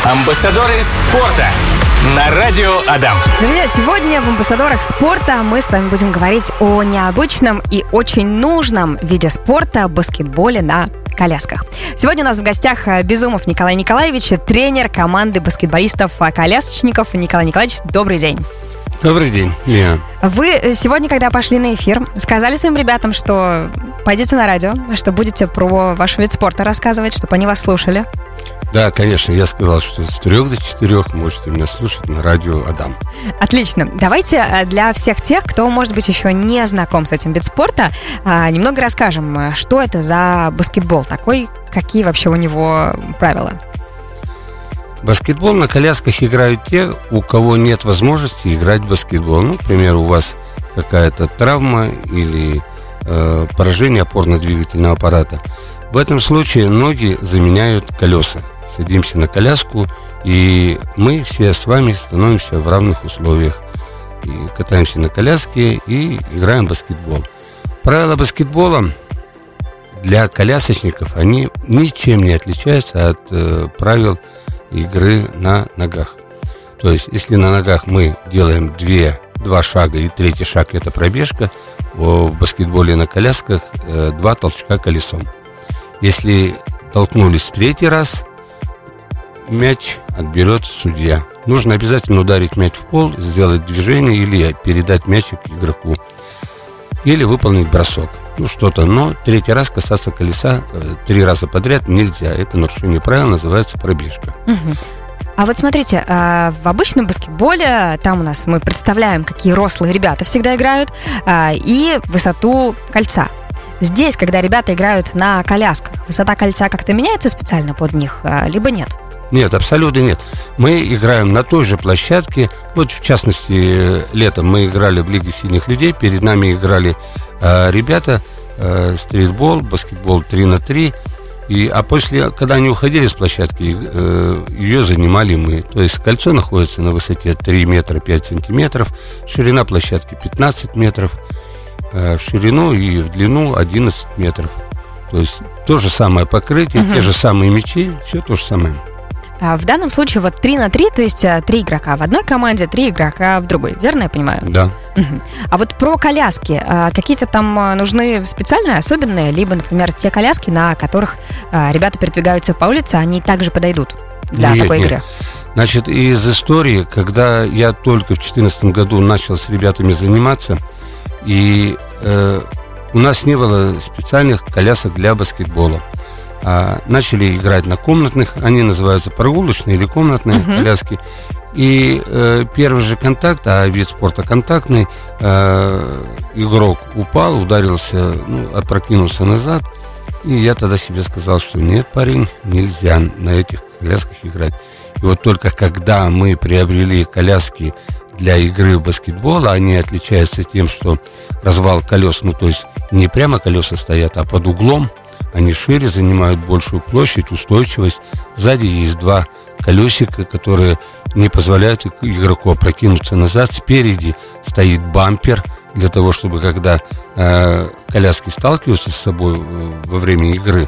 Амбассадоры спорта на радио Адам. Друзья, сегодня в «Амбассадорах спорта» мы с вами будем говорить о необычном и очень нужном виде спорта — баскетболе на колясках. Сегодня у нас в гостях Безумов Николай Николаевич, тренер команды баскетболистов-колясочников. Николай Николаевич, добрый день. Добрый день, Лена. Вы сегодня, когда пошли на эфир, сказали своим ребятам, что пойдете на радио, что будете про ваш вид спорта рассказывать, чтобы они вас слушали. Да, конечно, я сказал, что с 3 до 4 можете меня слушать на радио Адам. Отлично. Давайте для всех тех, кто, может быть, еще не знаком с этим видом спорта, немного расскажем, что это за баскетбол такой, какие вообще у него правила. Баскетбол на колясках играют те, у кого нет возможности играть в баскетбол. Ну, к примеру, у вас какая-то травма или поражение опорно-двигательного аппарата. В этом случае ноги заменяют колеса. Садимся на коляску, и мы все с вами становимся в равных условиях. И катаемся на коляске и играем в баскетбол. Правила баскетбола для колясочников, они ничем не отличаются от правил игры на ногах. То есть, если на ногах мы делаем два шага, и третий шаг — это пробежка, в баскетболе на колясках 2 толчка колесом. Если толкнулись в 3-й раз, мяч отберет судья. Нужно обязательно ударить мяч в пол, сделать движение или передать мячик игроку, или выполнить бросок. Ну, что-то, но 3-й раз касаться колеса 3 раза подряд нельзя. Это нарушение правил, называется пробежка. А вот смотрите, в обычном баскетболе там у нас мы представляем, какие рослые ребята всегда играют, и высоту кольца. Здесь, когда ребята играют на колясках, высота кольца как-то меняется специально под них, либо нет? Нет, абсолютно нет. Мы играем на той же площадке. Вот, в частности, летом мы играли в Лиге сильных людей. Перед нами играли ребята стритбол, баскетбол 3-3. А после, когда они уходили с площадки, ее занимали мы. То есть кольцо находится на высоте 3 метра 5 сантиметров, ширина площадки 15 метров, в ширину и в длину 11 метров. То есть то же самое покрытие, те же самые мячи, все то же самое. В данном случае вот 3-3, то есть 3 игрока в одной команде, 3 игрока в другой, верно я понимаю? Да. А вот про коляски, какие-то там нужны специальные, особенные, либо, например, те коляски, на которых ребята передвигаются по улице, они также подойдут для такой игры? Значит, из истории, когда я только в 2014 году начал с ребятами заниматься, и у нас не было специальных колясок для баскетбола. Начали играть на комнатных, они называются прогулочные или комнатные коляски. И первый же контакт, а вид спорта контактный, игрок упал, ударился, опрокинулся назад. И я тогда себе сказал, что нет, парень, нельзя на этих колясках играть. И вот только когда мы приобрели коляски для игры в баскетбол, они отличаются тем, что развал колес, то есть не прямо колеса стоят, а под углом. Они шире, занимают большую площадь, устойчивость. Сзади есть 2 колесика, которые не позволяют игроку опрокинуться назад. Спереди стоит бампер для того, чтобы когда коляски сталкиваются с собой во время игры,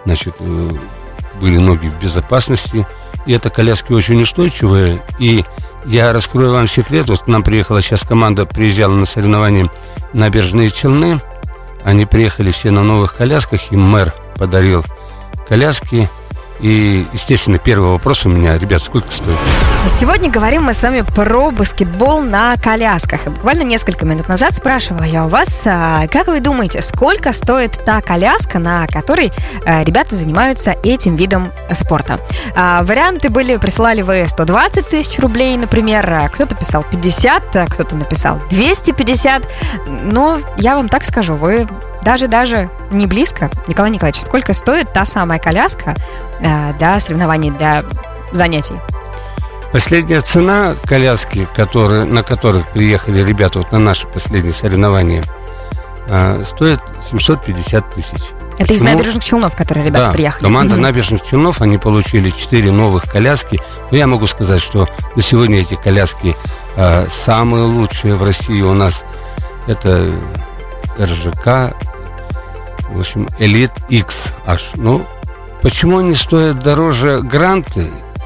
были ноги в безопасности. И это коляски очень устойчивые. И я раскрою вам секрет. Вот к нам приехала сейчас команда, приезжала на соревнования Набережные Челны. Они приехали все на новых колясках, им мэр подарил коляски. И, естественно, первый вопрос у меня: ребят, сколько стоит? Сегодня говорим мы с вами про баскетбол на колясках. И буквально несколько минут назад спрашивала я у вас, как вы думаете, сколько стоит та коляска, на которой ребята занимаются этим видом спорта? Варианты были: присылали вы 120 тысяч рублей, например, кто-то писал 50, кто-то написал 250. Но я вам так скажу, вы даже не близко. Николай Николаевич, сколько стоит та самая коляска для соревнований, для занятий? Последняя цена коляски, на которых приехали ребята на наши последние соревнования, стоит 750 тысяч. Это из Набережных Челнов, которые ребята приехали. Команда Набережных Челнов, они получили 4 новых коляски. Но я могу сказать, что на сегодня эти коляски самые лучшие в России у нас. Это РЖК, в общем, Elite X аж. Почему они стоят дороже Гранты?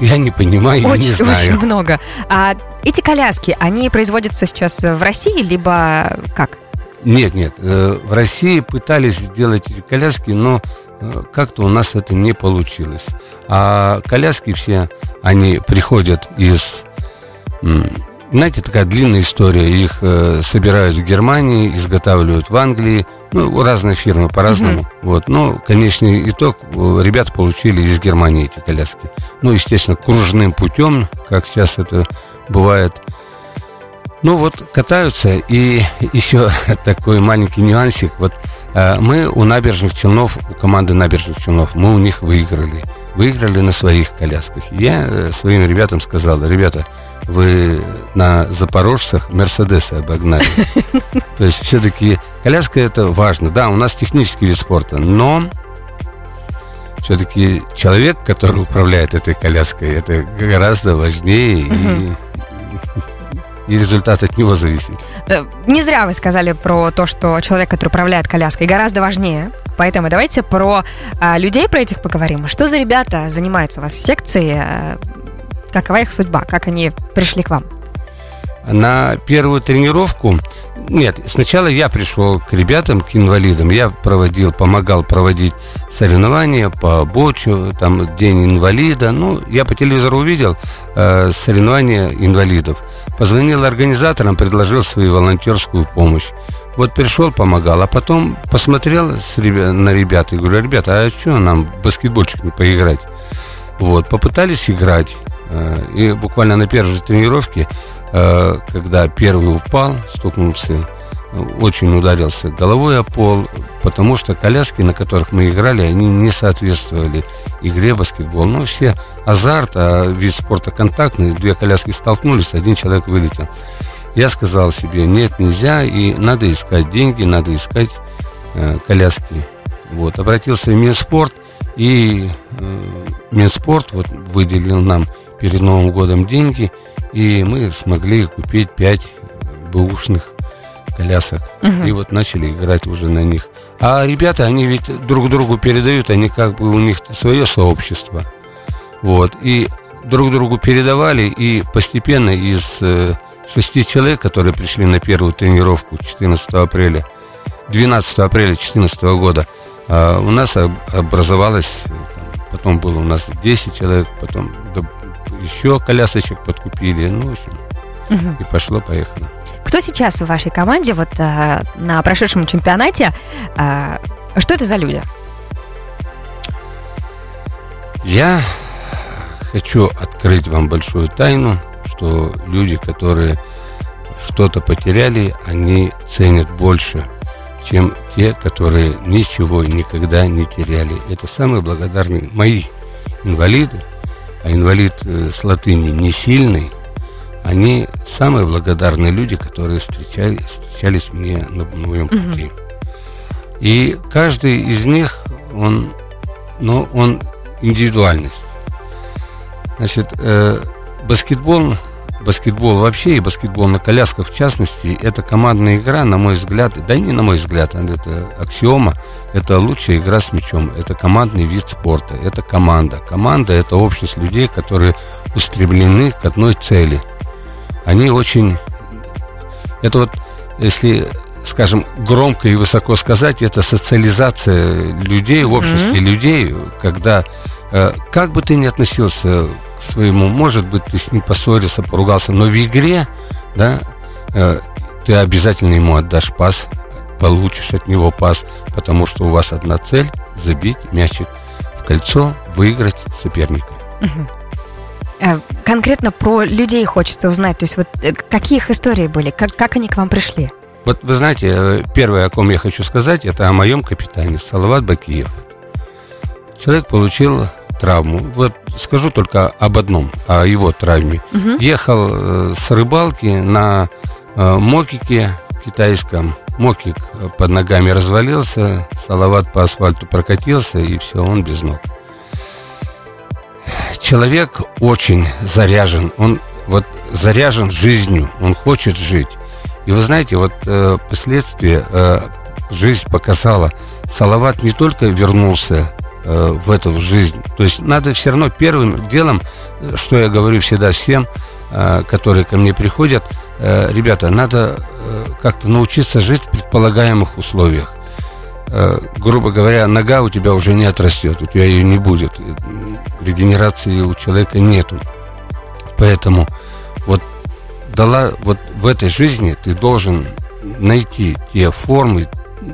Я не понимаю, я не знаю. Очень много. А эти коляски, они производятся сейчас в России, либо как? Нет. В России пытались сделать эти коляски, но как-то у нас это не получилось. А коляски все, они приходят из... Знаете, такая длинная история. Их собирают в Германии, изготавливают в Англии. Разные фирмы по-разному. Вот. Но конечный итог ребята получили из Германии эти коляски. Естественно, кружным путем, как сейчас это бывает. Катаются. И еще такой маленький нюансик. Мы у набережных Челнов, у команды набережных Челнов, мы у них выиграли. Выиграли на своих колясках. Я своим ребятам сказал: ребята, вы на запорожцах Мерседесы обогнали. То есть все-таки коляска — это важно. Да, у нас технический вид спорта, но все-таки человек, который управляет этой коляской, это гораздо важнее, и результат от него зависит. Не зря вы сказали про то, что человек, который управляет коляской, гораздо важнее. Поэтому давайте про людей, про этих поговорим. Что за ребята занимаются у вас в секции? Какова их судьба? Как они пришли к вам? На первую тренировку... Нет, сначала я пришел к ребятам, к инвалидам. Я помогал проводить соревнования по бочу, там День инвалида. Я по телевизору увидел соревнования инвалидов. Позвонил организаторам, предложил свою волонтерскую помощь. Пришел, помогал, а потом посмотрел на ребят и говорю: ребята, а что нам в баскетбольчик не поиграть? Попытались играть. И буквально на первой же тренировке, когда первый упал, стукнулся, очень ударился головой о пол, потому что коляски, на которых мы играли, они не соответствовали игре в баскетбол. Все азарт, а вид спорта контактный, две коляски столкнулись, один человек вылетел. Я сказал себе: нет, нельзя, и надо искать деньги, надо искать коляски. Обратился в Минспорт, и Минспорт выделил нам перед Новым годом деньги, и мы смогли купить 5 бэушных колясок. И начали играть уже на них. А ребята, они ведь друг другу передают, они у них свое сообщество. И друг другу передавали, и постепенно из 6 человек, которые пришли на первую тренировку 12 апреля 2014 года, у нас образовалось, потом было у нас 10 человек, потом еще колясочек подкупили, в общем, и пошло-поехало. Кто сейчас в вашей команде, на прошедшем чемпионате, что это за люди? Я хочу открыть вам большую тайну, что люди, которые что-то потеряли, они ценят больше, чем те, которые ничего никогда не теряли. Это самые благодарные мои инвалиды. А инвалид с латыни «не сильный», они самые благодарные люди, которые встречались мне на моем пути. И каждый из них, он индивидуальность. Значит, баскетбол вообще и баскетбол на колясках в частности, это командная игра, на мой взгляд, да и не на мой взгляд, это аксиома, это лучшая игра с мячом, это командный вид спорта, это команда. Команда — это общность людей, которые устремлены к одной цели. Они очень... Это если, скажем, громко и высоко сказать, это социализация людей, общности людей, когда как бы ты ни относился к своему, может быть, ты с ним поссорился, поругался, но в игре, да, ты обязательно ему отдашь пас, получишь от него пас, потому что у вас одна цель — забить мячик в кольцо, выиграть соперника. Конкретно про людей хочется узнать, то есть какие их истории были, как они к вам пришли? Вы знаете, первое, о ком я хочу сказать, это о моем капитане Салават Бакиев. Человек получил травму. Скажу только об одном, о его травме. Ехал с рыбалки на мокике китайском. Мокик под ногами развалился, Салават по асфальту прокатился, и все, он без ног. Человек очень заряжен, он заряжен жизнью, он хочет жить. И вы знаете, впоследствии жизнь показала, Салават не только вернулся в эту жизнь. То есть надо все равно первым делом, что я говорю всегда всем, которые ко мне приходят, ребята, надо как-то научиться жить в предполагаемых условиях. Грубо говоря, нога у тебя уже не отрастет, у тебя ее не будет. Регенерации у человека нету. Поэтому вот в этой жизни ты должен найти те формы,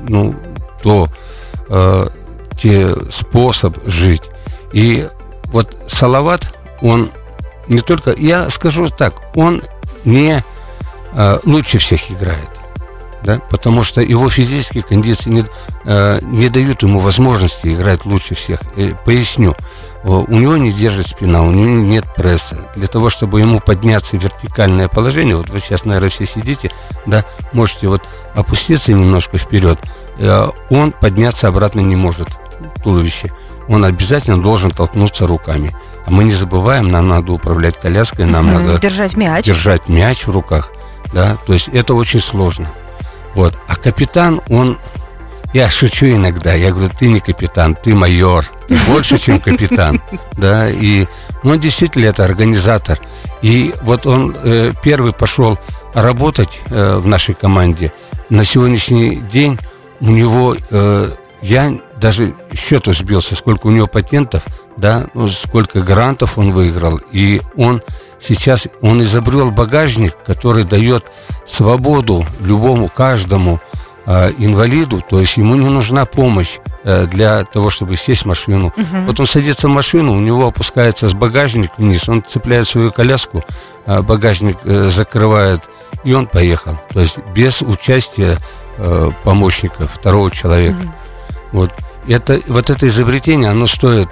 те способ жить. И вот салават, он не только, я скажу так, он не лучше всех играет, да, потому что его физические кондиции не дают ему возможности играть лучше всех. Поясню. У него не держит спина, у него нет пресса. Для того, чтобы ему подняться в вертикальное положение, вот вы сейчас, наверное, все сидите, да, можете вот опуститься немножко вперед, он подняться обратно не может, туловище. Он обязательно должен толкнуться руками. А мы не забываем, нам надо управлять коляской, нам надо держать мяч в руках, да, то есть это очень сложно. Вот. А капитан, я шучу иногда, я говорю, ты не капитан, ты майор, ты больше, чем капитан, да, и он действительно это организатор. И вот он первый пошел работать в нашей команде. На сегодняшний день у него, я даже счету сбился, сколько у него патентов, да, сколько грантов он выиграл. И он изобрел багажник, который дает свободу каждому инвалиду, то есть ему не нужна помощь для того, чтобы сесть в машину. Вот он садится в машину, у него опускается с багажник вниз, он цепляет свою коляску, багажник закрывает, и он поехал. То есть без участия помощника, второго человека. Вот это изобретение, оно стоит,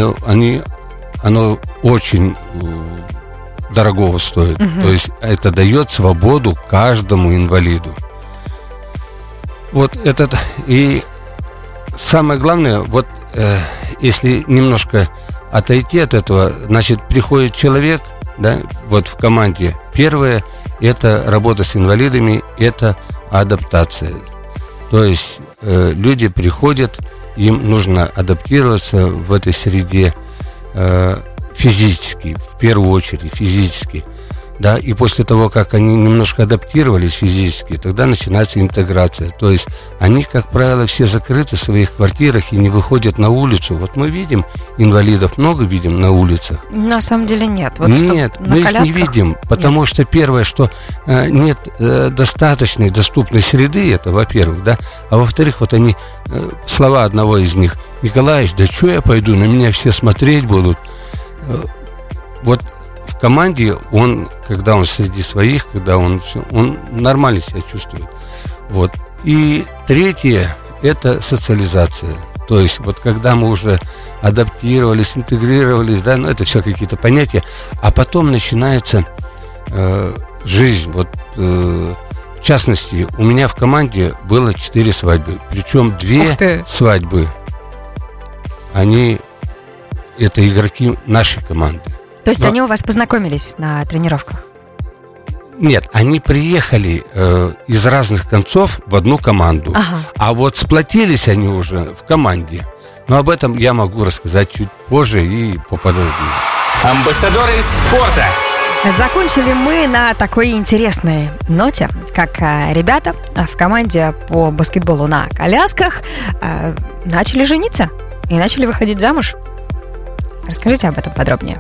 оно очень дорогого стоит. То есть это дает свободу каждому инвалиду. Вот этот, и самое главное, если немножко отойти от этого, значит, приходит человек, да, вот в команде. Первое, это работа с инвалидами, это адаптация. То есть люди приходят, им нужно адаптироваться в этой среде физически, в первую очередь физически. Да, и после того, как они немножко адаптировались физически, тогда начинается интеграция. То есть они, как правило, все закрыты в своих квартирах и не выходят на улицу. Вот мы видим инвалидов, много видим на улицах. На самом деле нет. Нет, мы их не видим, потому что первое, что нет достаточной доступной среды, это во-первых, да, а во-вторых, вот они, слова одного из них: Николаевич, да что я пойду, на меня все смотреть будут. Вот в команде когда он среди своих, он нормально себя чувствует. Вот. И третье – это социализация. То есть вот когда мы уже адаптировались, интегрировались, да, это все какие-то понятия, а потом начинается жизнь. Вот, в частности, у меня в команде было 4 свадьбы, причем 2 свадьбы, это игроки нашей команды. То есть они у вас познакомились на тренировках? Нет, они приехали из разных концов в одну команду. А вот сплотились они уже в команде. Но об этом я могу рассказать чуть позже и поподробнее. Амбассадоры спорта. Закончили мы на такой интересной ноте, как ребята в команде по баскетболу на колясках начали жениться и начали выходить замуж. Расскажите об этом подробнее.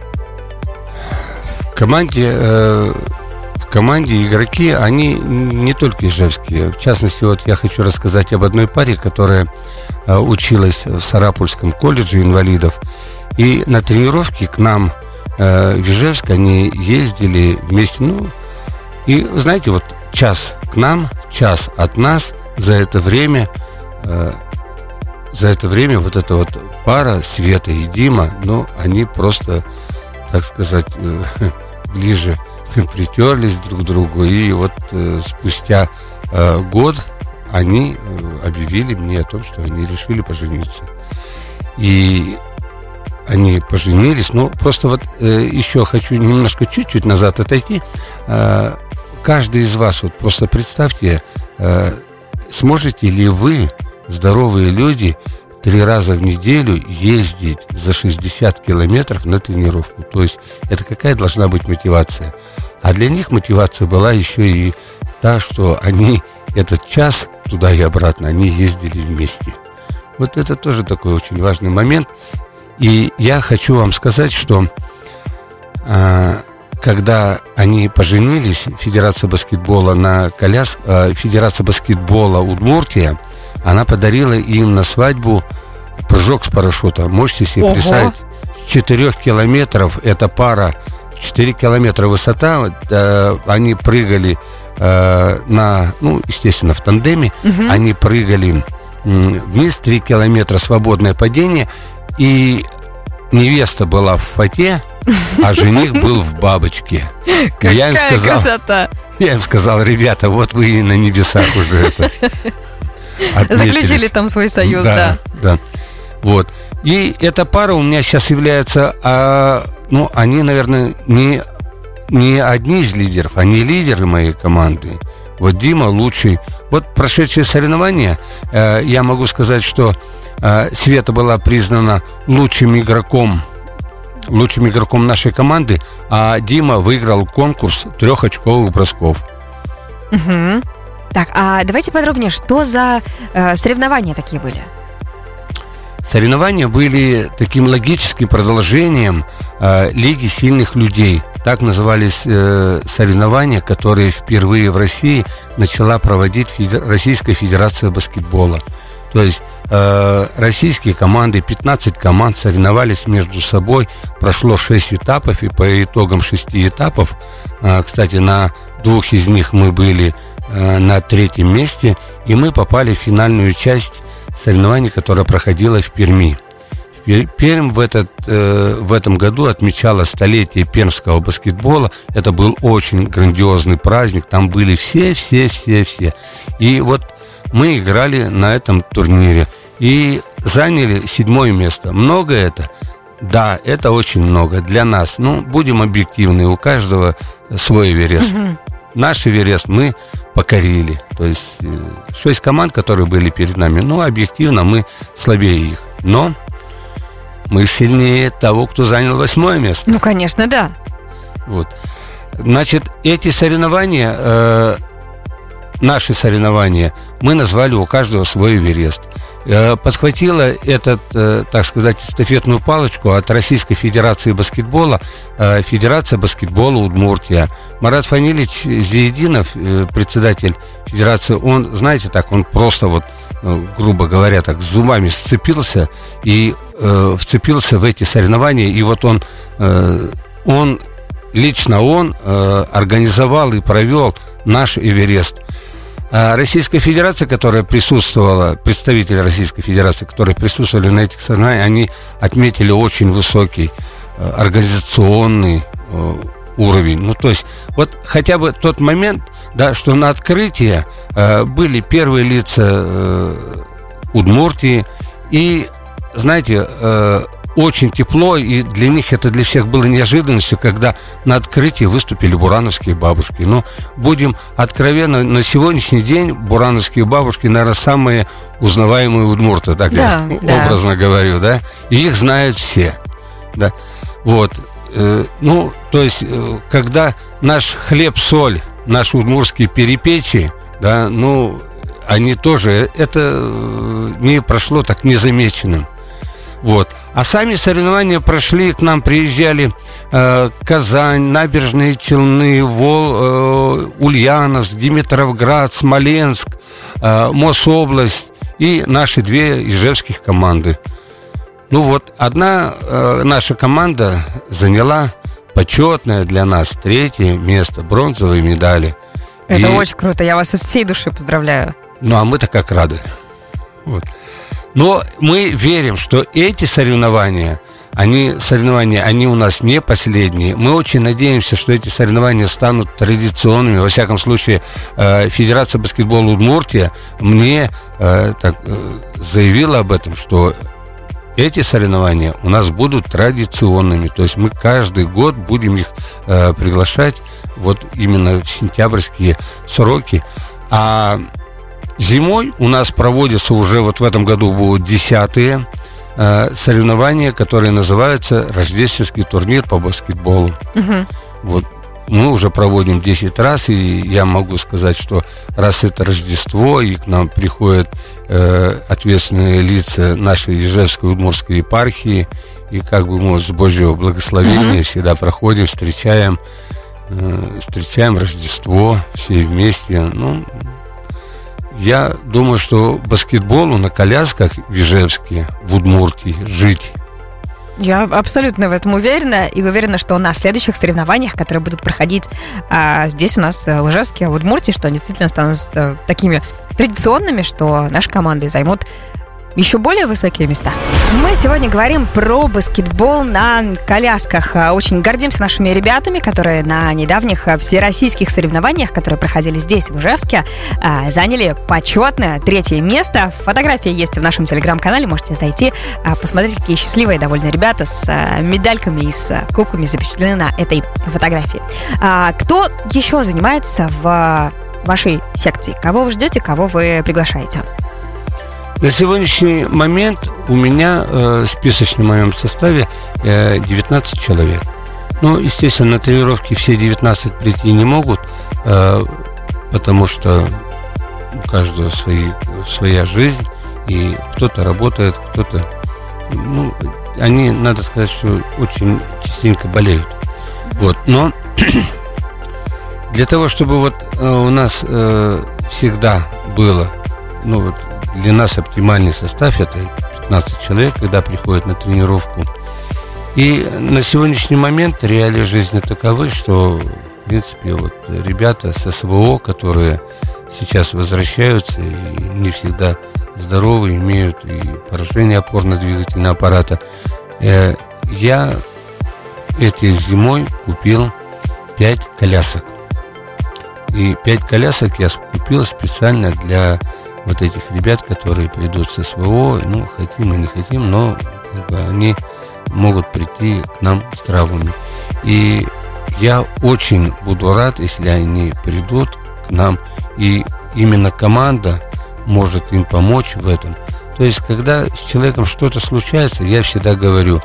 В команде игроки, они не только ижевские. В частности, вот я хочу рассказать об одной паре, которая училась в Сарапульском колледже инвалидов. И на тренировки к нам в Ижевск они ездили вместе. И, знаете, вот час к нам, час от нас. За это время вот эта вот пара, Света и Дима, они просто, так сказать, ближе притерлись друг к другу. И вот спустя год они объявили мне о том, что они решили пожениться. И они поженились. Просто вот еще хочу немножко чуть-чуть назад отойти. Каждый из вас, вот просто представьте, сможете ли вы, здоровые люди, 3 раза в неделю ездить за 60 километров на тренировку. То есть это какая должна быть мотивация? А для них мотивация была еще и та, что они этот час туда и обратно, они ездили вместе. Вот это тоже такой очень важный момент. И я хочу вам сказать, что когда они поженились, Федерация баскетбола Федерация баскетбола Удмуртия, она подарила им на свадьбу прыжок с парашюта. Можете себе представить, с 4 километров эта пара, 4 километра высота, они прыгали естественно, в тандеме, они прыгали вниз, 3 километра свободное падение, и невеста была в фате, а жених был в бабочке. Какая красота! Я им сказал: ребята, вот вы и на небесах уже заключили там свой союз, да. Вот. И эта пара у меня сейчас является, они, наверное, не одни из лидеров, они лидеры моей команды. Вот Дима лучший. Вот прошедшие соревнования, я могу сказать, что Света была признана лучшим игроком нашей команды, а Дима выиграл конкурс 3-очковых бросков. Угу. Так, а давайте подробнее, что за соревнования такие были? Соревнования были таким логическим продолжением Лиги сильных людей. Так назывались соревнования, которые впервые в России начала проводить Российская Федерация баскетбола. То есть российские команды, 15 команд соревновались между собой. Прошло 6 этапов, и по итогам 6 этапов, кстати, на 2 из них мы были на 3-м месте, и мы попали в финальную часть соревнований, которая проходила в Перми. Пермь в этом году отмечала столетие пермского баскетбола. Это был очень грандиозный праздник. Там были все. И вот мы играли на этом турнире и заняли 7-е место. Много это? Да, это очень много для нас. Будем объективны, у каждого свой Эверест. Наш Эверест мы покорили. То есть 6 команд, которые были перед нами, объективно мы слабее их. Но мы сильнее того, кто занял 8-е место. Конечно, да. Вот. Значит, эти соревнования, наши соревнования, мы назвали у каждого свой Эверест. Подхватила так сказать, эстафетную палочку от Российской Федерации баскетбола Федерация баскетбола Удмуртия. Марат Фанилич Зиединов, председатель федерации, он, знаете, он просто грубо говоря, зубами вцепился в эти соревнования, и вот он лично организовал и провел наш Эверест. Российская Федерация, которая присутствовала, представители Российской Федерации, которые присутствовали на этих соревнованиях, они отметили очень высокий организационный уровень. То есть, вот хотя бы тот момент, что на открытии были первые лица Удмуртии, и, знаете, очень тепло, и для них это для всех было неожиданностью, когда на открытии выступили бурановские бабушки. Будем откровенны, на сегодняшний день бурановские бабушки, наверное, самые узнаваемые удмурты, так я образно говорю, да, и их знают все, да, вот. То есть, когда наш хлеб-соль, наши удмуртские перепечи, да, они тоже, это не прошло так незамеченным. Вот. А сами соревнования прошли, к нам приезжали Казань, Набережные Челны, Ульяновск, Димитровград, Смоленск, Мособласть и наши 2 ижевских команды. Одна наша команда заняла почетное для нас 3-е место, бронзовые медали. Это очень круто, я вас от всей души поздравляю. А мы-то как рады. Вот. Но мы верим, что эти соревнования, они у нас не последние. Мы очень надеемся, что эти соревнования станут традиционными. Во всяком случае, Федерация баскетбола Удмуртия мне заявила об этом, что эти соревнования у нас будут традиционными. То есть мы каждый год будем их приглашать вот именно в сентябрьские сроки. А Зимой у нас проводятся уже вот в этом году будут 10-е соревнования, которые называются рождественский турнир по баскетболу. Вот мы уже проводим 10 раз, и я могу сказать, что раз это Рождество, и к нам приходят ответственные лица нашей Ижевской удмуртской епархии, и как бы мы с Божьего благословения всегда проходим, встречаем Рождество все вместе. Ну, я думаю, что баскетболу на колясках в Ижевске, в Удмуртии жить. Я абсолютно в этом уверена, и уверена, что на следующих соревнованиях, которые будут проходить здесь у нас в Ижевске, в Удмуртии, что они действительно станут такими традиционными, что наши команды займут еще более высокие места. Мы сегодня говорим про баскетбол на колясках. Очень гордимся нашими ребятами, которые на недавних всероссийских соревнованиях, которые проходили здесь, в Ижевске, заняли почетное 3-е место. Фотография есть в нашем телеграм-канале. Можете зайти, посмотреть, какие счастливые довольно ребята с медальками и с кубками запечатлены на этой фотографии. Кто еще занимается в вашей секции? Кого вы ждете, кого вы приглашаете? На сегодняшний момент у меня в списочном моем составе 19 человек. Ну, естественно, на тренировки все 19 прийти не могут, потому что у каждого своя жизнь, и кто-то работает, кто-то... Ну, они, надо сказать, что очень частенько болеют. Вот, но для того, чтобы вот у нас всегда было, ну вот, для нас оптимальный состав — это 15 человек, когда приходят на тренировку. И на сегодняшний момент реалии жизни таковы, что, в принципе, вот ребята с СВО, которые сейчас возвращаются и не всегда здоровы, имеют и поражение опорно-двигательного аппарата. Я этой зимой купил 5 колясок. И 5 колясок я купил специально для вот этих ребят, которые придут с СВО, ну, хотим и не хотим, но как бы, они могут прийти к нам с травмами. И я очень буду рад, если они придут к нам, и именно команда может им помочь в этом. То есть, когда с человеком что-то случается, я всегда говорю,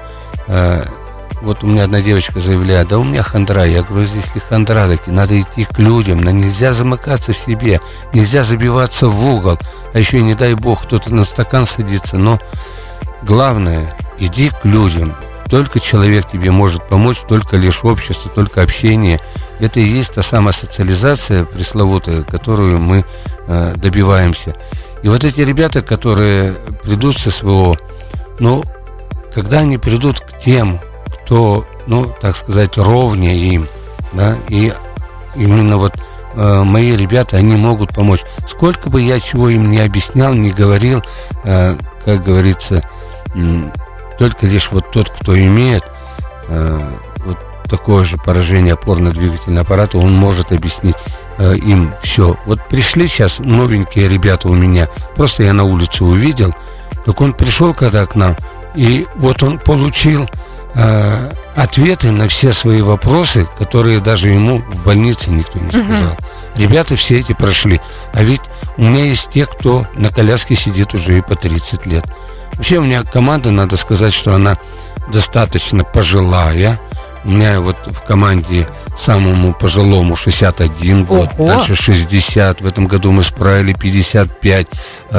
вот у меня одна девочка заявляет, да у меня хандра. Я говорю, если хандра, таки надо идти к людям, но нельзя замыкаться в себе, нельзя забиваться в угол, а еще и не дай бог кто-то на стакан садится. Но главное, иди к людям. Только человек тебе может помочь, только лишь общество, только общение. Это и есть та самая социализация пресловутая, которую мы добиваемся. И вот эти ребята, которые придут с СВО, ну, когда они придут к тем, кто, ну, так сказать, ровнее им, да, и именно вот мои ребята, они могут помочь. Сколько бы я чего им не объяснял, не говорил, как говорится, только лишь вот тот, кто имеет вот такое же поражение опорно-двигательного аппарата, он может объяснить им все. Вот пришли сейчас новенькие ребята у меня, просто я на улице увидел, так он пришел когда к нам, и вот он получил ответы на все свои вопросы, которые даже ему в больнице никто не сказал. Ребята все эти прошли. А ведь у меня есть те, кто на коляске сидит уже и по 30 лет. Вообще у меня команда, надо сказать, что она достаточно пожилая. У меня вот в команде самому пожилому 61 год, дальше 60. В этом году мы справили 55.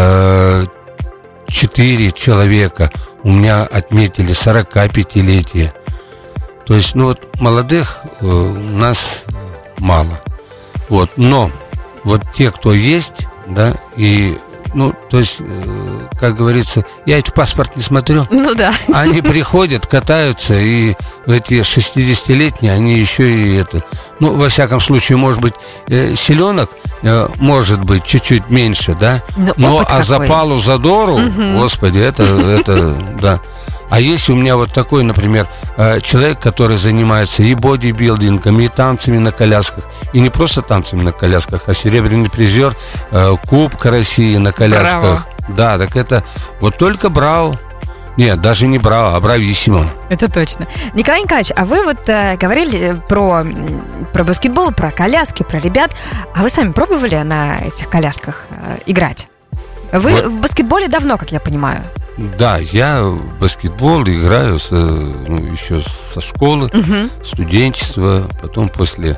4 человека у меня отметили 45-летие. То есть, ну вот молодых у нас мало. Вот, но вот те, кто есть, да, и, ну, то есть, как говорится, я ведь в паспорт не смотрю. Ну да. Они приходят, катаются, и эти 60-летние, они еще и это. Ну, во всяком случае, может быть, селенок, может быть, чуть-чуть меньше, да. Но а запалу, задору, господи, это, да. А есть у меня вот такой, например, человек, который занимается и бодибилдингом, и танцами на колясках. И не просто танцами на колясках, а серебряный призер Кубка России на колясках. Браво. Да, так это вот только браво. Нет, даже не браво, а брависсимо. Это точно. Николай Николаевич, а вы вот говорили про баскетбол, про коляски, про ребят. А вы сами пробовали на этих колясках играть? Вы в баскетболе давно, как я понимаю. Да, я в баскетбол играю еще со школы, студенчества, потом после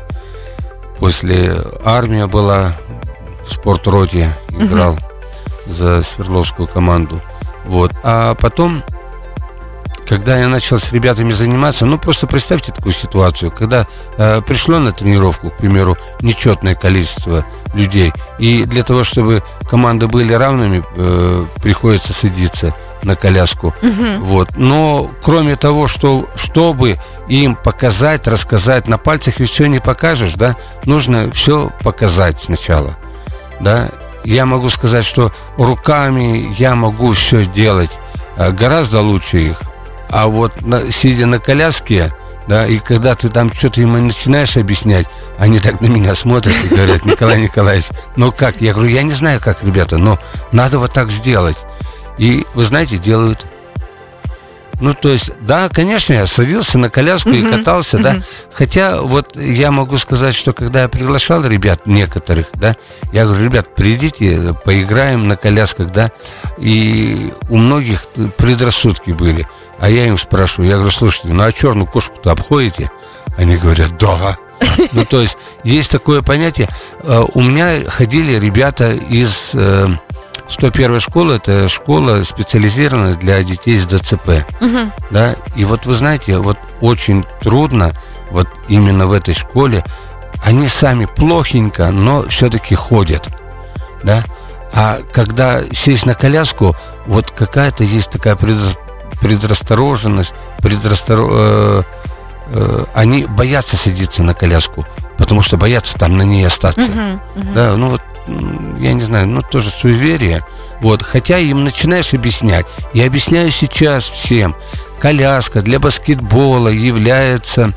армии была в спортроте, играл за Свердловскую команду. Вот. А потом, когда я начал с ребятами заниматься, просто представьте такую ситуацию, когда пришло на тренировку, к примеру, нечетное количество людей, и для того, чтобы команды были равными, приходится садиться на коляску. Вот. Но кроме того, чтобы им показать, рассказать, на пальцах ведь все не покажешь, да, нужно все показать сначала, да. Я могу сказать, что руками я могу все делать гораздо лучше их. А вот сидя на коляске, да, и когда ты там что-то им начинаешь объяснять, они так на меня смотрят и говорят: Николай Николаевич, ну как? Я говорю: я не знаю как, ребята, но надо вот так сделать. И, вы знаете, делают. То есть, да, конечно, я садился на коляску и катался, да. Хотя вот я могу сказать, что когда я приглашал ребят некоторых, да, я говорю: ребят, придите, поиграем на колясках, да. И у многих предрассудки были. А я им спрашиваю, я говорю: слушайте, а черную кошку-то обходите? Они говорят: да. То есть, есть такое понятие. У меня ходили ребята из 101-я школа, это школа специализированная для детей с ДЦП. Да? И вот вы знаете, вот очень трудно вот именно в этой школе. Они сами плохенько, но все-таки ходят. Да? А когда сесть на коляску, вот какая-то есть такая предрастороженность, они боятся садиться на коляску, потому что боятся там на ней остаться. Да, я не знаю, тоже суеверие. Вот, хотя им начинаешь объяснять. Я объясняю сейчас всем: коляска для баскетбола является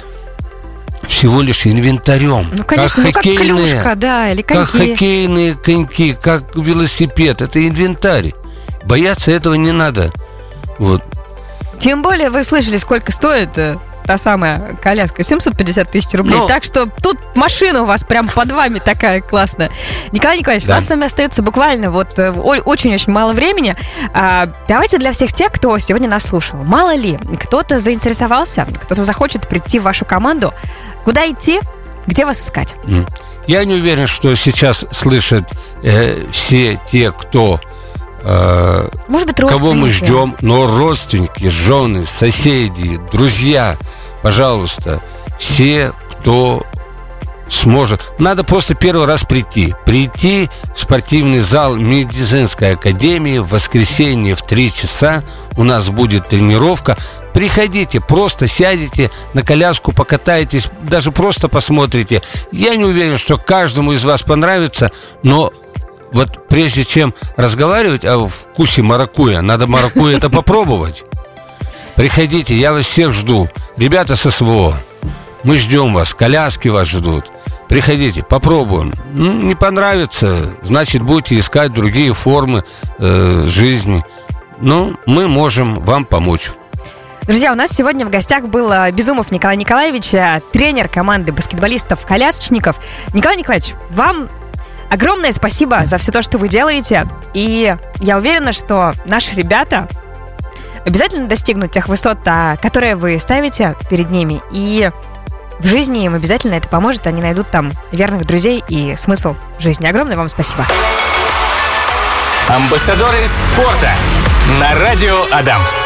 всего лишь инвентарем. Конечно, как клюшка, да, или коньки. Как хоккейные коньки, как велосипед. Это инвентарь. Бояться этого не надо. Вот. Тем более вы слышали, сколько стоит та самая коляска, 750 тысяч рублей. Так что тут машина у вас прям под вами такая классная. Николай Николаевич, у нас с вами остается буквально очень-очень мало времени. Давайте для всех тех, кто сегодня нас слушал, мало ли, кто-то заинтересовался, кто-то захочет прийти в вашу команду. Куда идти? Где вас искать? Я не уверен, что сейчас слышат все те, кто... Может быть, кого мы ждем, но родственники, жены, соседи, друзья, пожалуйста, все, кто сможет. Надо просто первый раз прийти в спортивный зал медицинской академии в воскресенье в 3 часа. У нас будет тренировка. Приходите, просто сядете на коляску, покатаетесь, даже просто посмотрите. Я не уверен, что каждому из вас понравится, но вот прежде чем разговаривать о вкусе маракуйя, надо маракуйя это попробовать. Приходите, я вас всех жду. Ребята с СВО, мы ждем вас, коляски вас ждут. Приходите, попробуем. Не понравится, значит, будете искать другие формы жизни. Но мы можем вам помочь. Друзья, у нас сегодня в гостях был Безумов Николай Николаевич, тренер команды баскетболистов-колясочников. Николай Николаевич, вам огромное спасибо за все то, что вы делаете. И я уверена, что наши ребята обязательно достигнут тех высот, которые вы ставите перед ними. И в жизни им обязательно это поможет. Они найдут там верных друзей и смысл жизни. Огромное вам спасибо. Амбассадоры спорта на радио Адам.